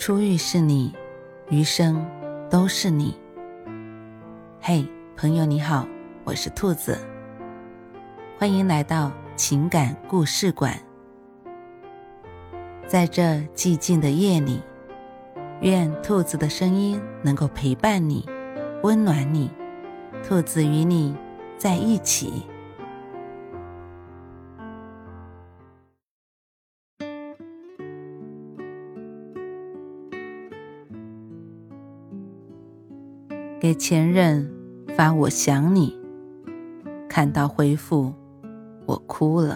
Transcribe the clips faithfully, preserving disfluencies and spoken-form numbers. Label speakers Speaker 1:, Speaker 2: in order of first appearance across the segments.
Speaker 1: 初遇是你，余生都是你。嘿，朋友你好，我是兔子，欢迎来到情感故事馆。在这寂静的夜里，愿兔子的声音能够陪伴你，温暖你，兔子与你在一起。给前任发我想你，看到回复我哭了。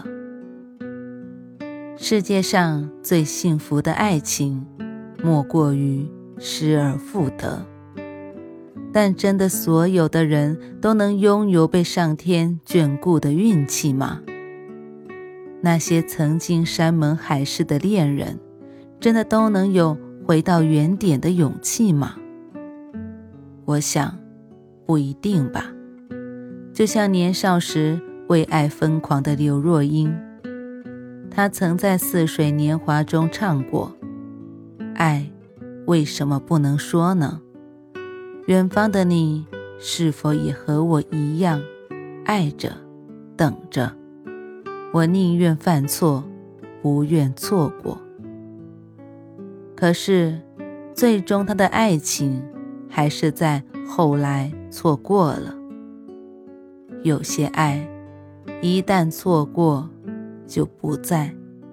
Speaker 1: 世界上最幸福的爱情莫过于失而复得，但真的所有的人都能拥有被上天眷顾的运气吗？那些曾经山盟海誓的恋人，真的都能有回到原点的勇气吗？我想不一定吧。就像年少时为爱疯狂的刘若英，她曾在似水年华中唱过，爱为什么不能说呢？远方的你是否也和我一样爱着等着？我宁愿犯错，不愿错过。可是最终他的爱情还是在后来错过了。有些爱一旦错过就不在。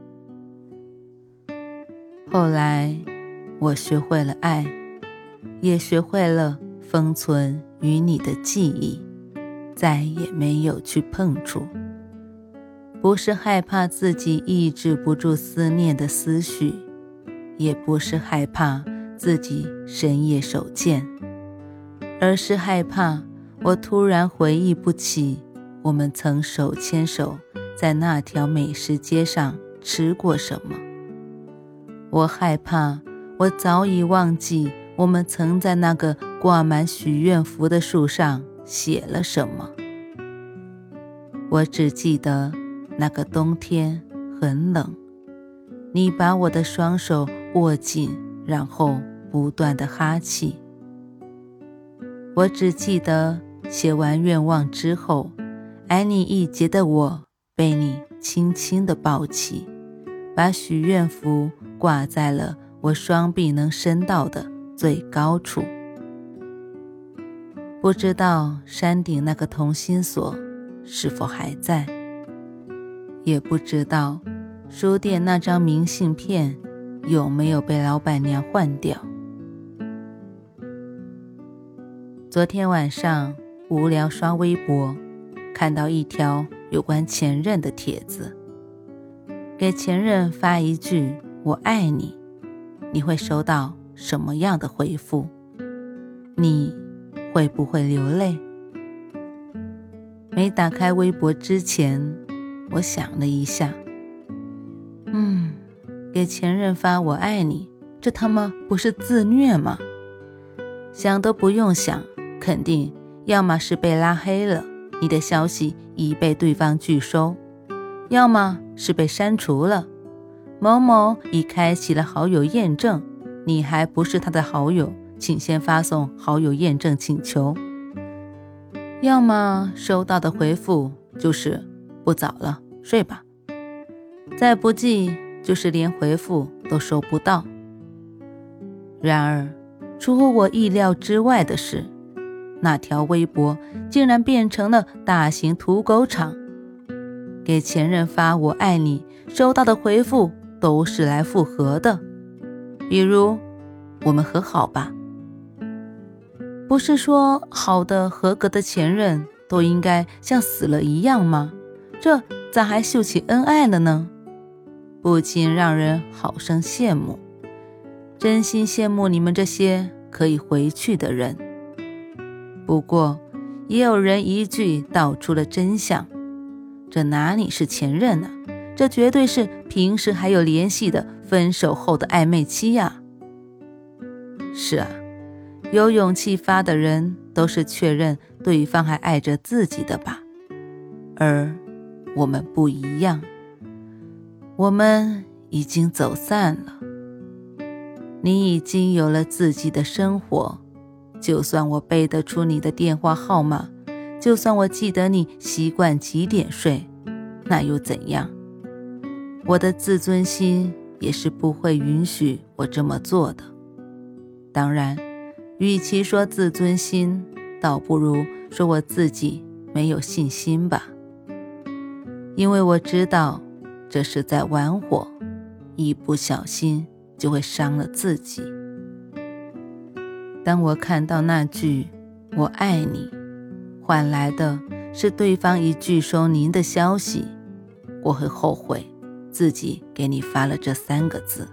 Speaker 1: 后来我学会了爱，也学会了封存与你的记忆，再也没有去碰触。不是害怕自己抑制不住思念的思绪，也不是害怕自己深夜手贱，而是害怕我突然回忆不起我们曾手牵手在那条美食街上吃过什么。我害怕我早已忘记我们曾在那个挂满许愿符的树上写了什么。我只记得那个冬天很冷，你把我的双手握紧，然后不断地哈气。我只记得写完愿望之后，矮你一截的我被你轻轻地抱起，把许愿符挂在了我双臂能伸到的最高处。不知道山顶那个同心锁是否还在，也不知道书店那张明信片有没有被老板娘换掉。昨天晚上无聊刷微博，看到一条有关前任的帖子。给前任发一句我爱你，你会收到什么样的回复？你会不会流泪？没打开微博之前，我想了一下，嗯，给前任发我爱你，这他妈不是自虐吗？想都不用想，肯定要么是被拉黑了，你的消息已被对方拒收，要么是被删除了，某某已开启了好友验证，你还不是他的好友，请先发送好友验证请求。要么收到的回复就是不早了，睡吧。再不济就是连回复都收不到。然而出乎我意料之外的是，那条微博竟然变成了大型土狗场。给前任发我爱你，收到的回复都是来复合的，比如我们和好吧。不是说好的合格的前任都应该像死了一样吗？这咋还秀起恩爱了呢？不禁让人好生羡慕，真心羡慕你们这些可以回去的人。不过也有人一句道出了真相，这哪里是前任啊，这绝对是平时还有联系的分手后的暧昧期啊。是啊，有勇气发的人都是确认对方还爱着自己的吧，而我们不一样，我们已经走散了。 你已经有了自己的生活，就算我背得出你的电话号码，就算我记得你习惯几点睡，那又怎样？我的自尊心也是不会允许我这么做的。当然，与其说自尊心，倒不如说我自己没有信心吧。因为我知道这是在玩火，一不小心就会伤了自己。当我看到那句我爱你，换来的是对方一句收您的消息，我会后悔自己给你发了这三个字。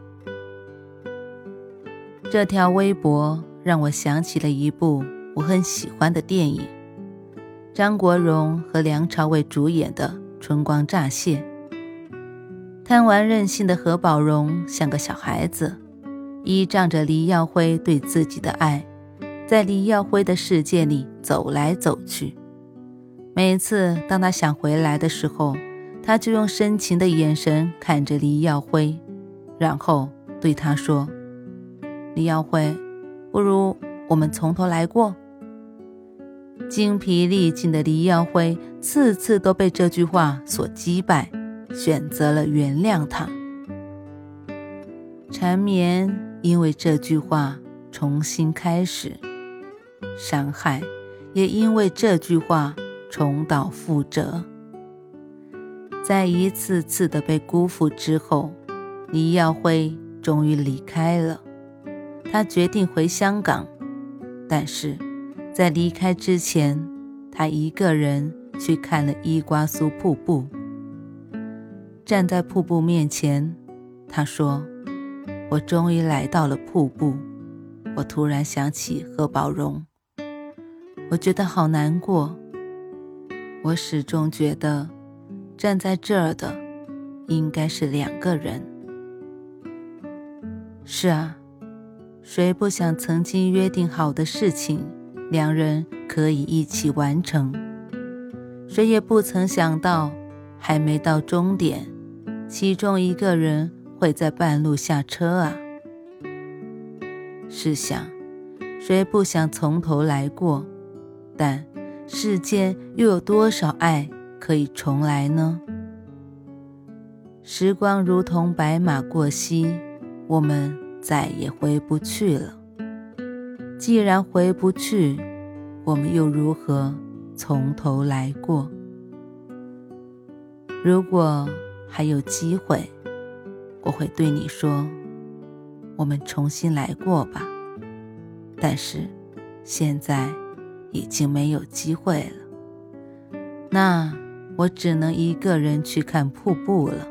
Speaker 1: 这条微博让我想起了一部我很喜欢的电影，张国荣和梁朝伟主演的《春光乍泄》。贪玩任性的何宝荣像个小孩子，依仗着黎耀辉对自己的爱，在黎耀辉的世界里走来走去。每次当他想回来的时候，他就用深情的眼神看着黎耀辉，然后对他说：黎耀辉，不如我们从头来过。精疲力尽的黎耀辉次次都被这句话所击败，选择了原谅他。缠绵因为这句话重新开始，伤害也因为这句话重蹈覆辙。在一次次的被辜负之后，黎耀辉终于离开了。他决定回香港，但是在离开之前，他一个人去看了伊瓜苏瀑布。站在瀑布面前，他说：我终于来到了瀑布。我突然想起何宝荣，我觉得好难过。我始终觉得站在这儿的应该是两个人。是啊，谁不想曾经约定好的事情，两人可以一起完成？谁也不曾想到，还没到终点，其中一个人会在半路下车啊。试想，谁不想从头来过？但世间又有多少爱可以重来呢？时光如同白马过隙，我们再也回不去了。既然回不去，我们又如何从头来过？如果还有机会，我会对你说，我们重新来过吧。但是现在已经没有机会了，那我只能一个人去看瀑布了。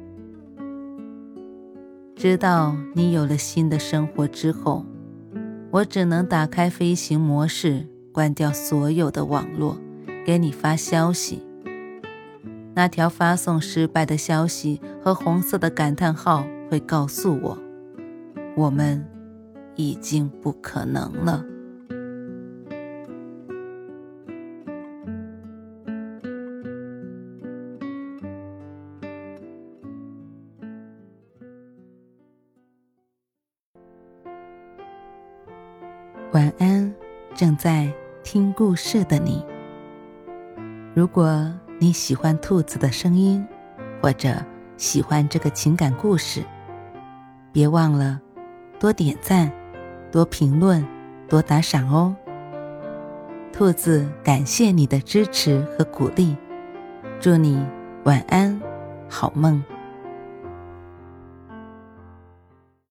Speaker 1: 直到你有了新的生活之后，我只能打开飞行模式，关掉所有的网络，给你发消息。那条发送失败的消息和红色的感叹号会告诉我，我们已经不可能了。晚安，正在听故事的你。如果你喜欢兔子的声音，或者喜欢这个情感故事，别忘了多点赞、多评论、多打赏哦。兔子感谢你的支持和鼓励，祝你晚安，好梦。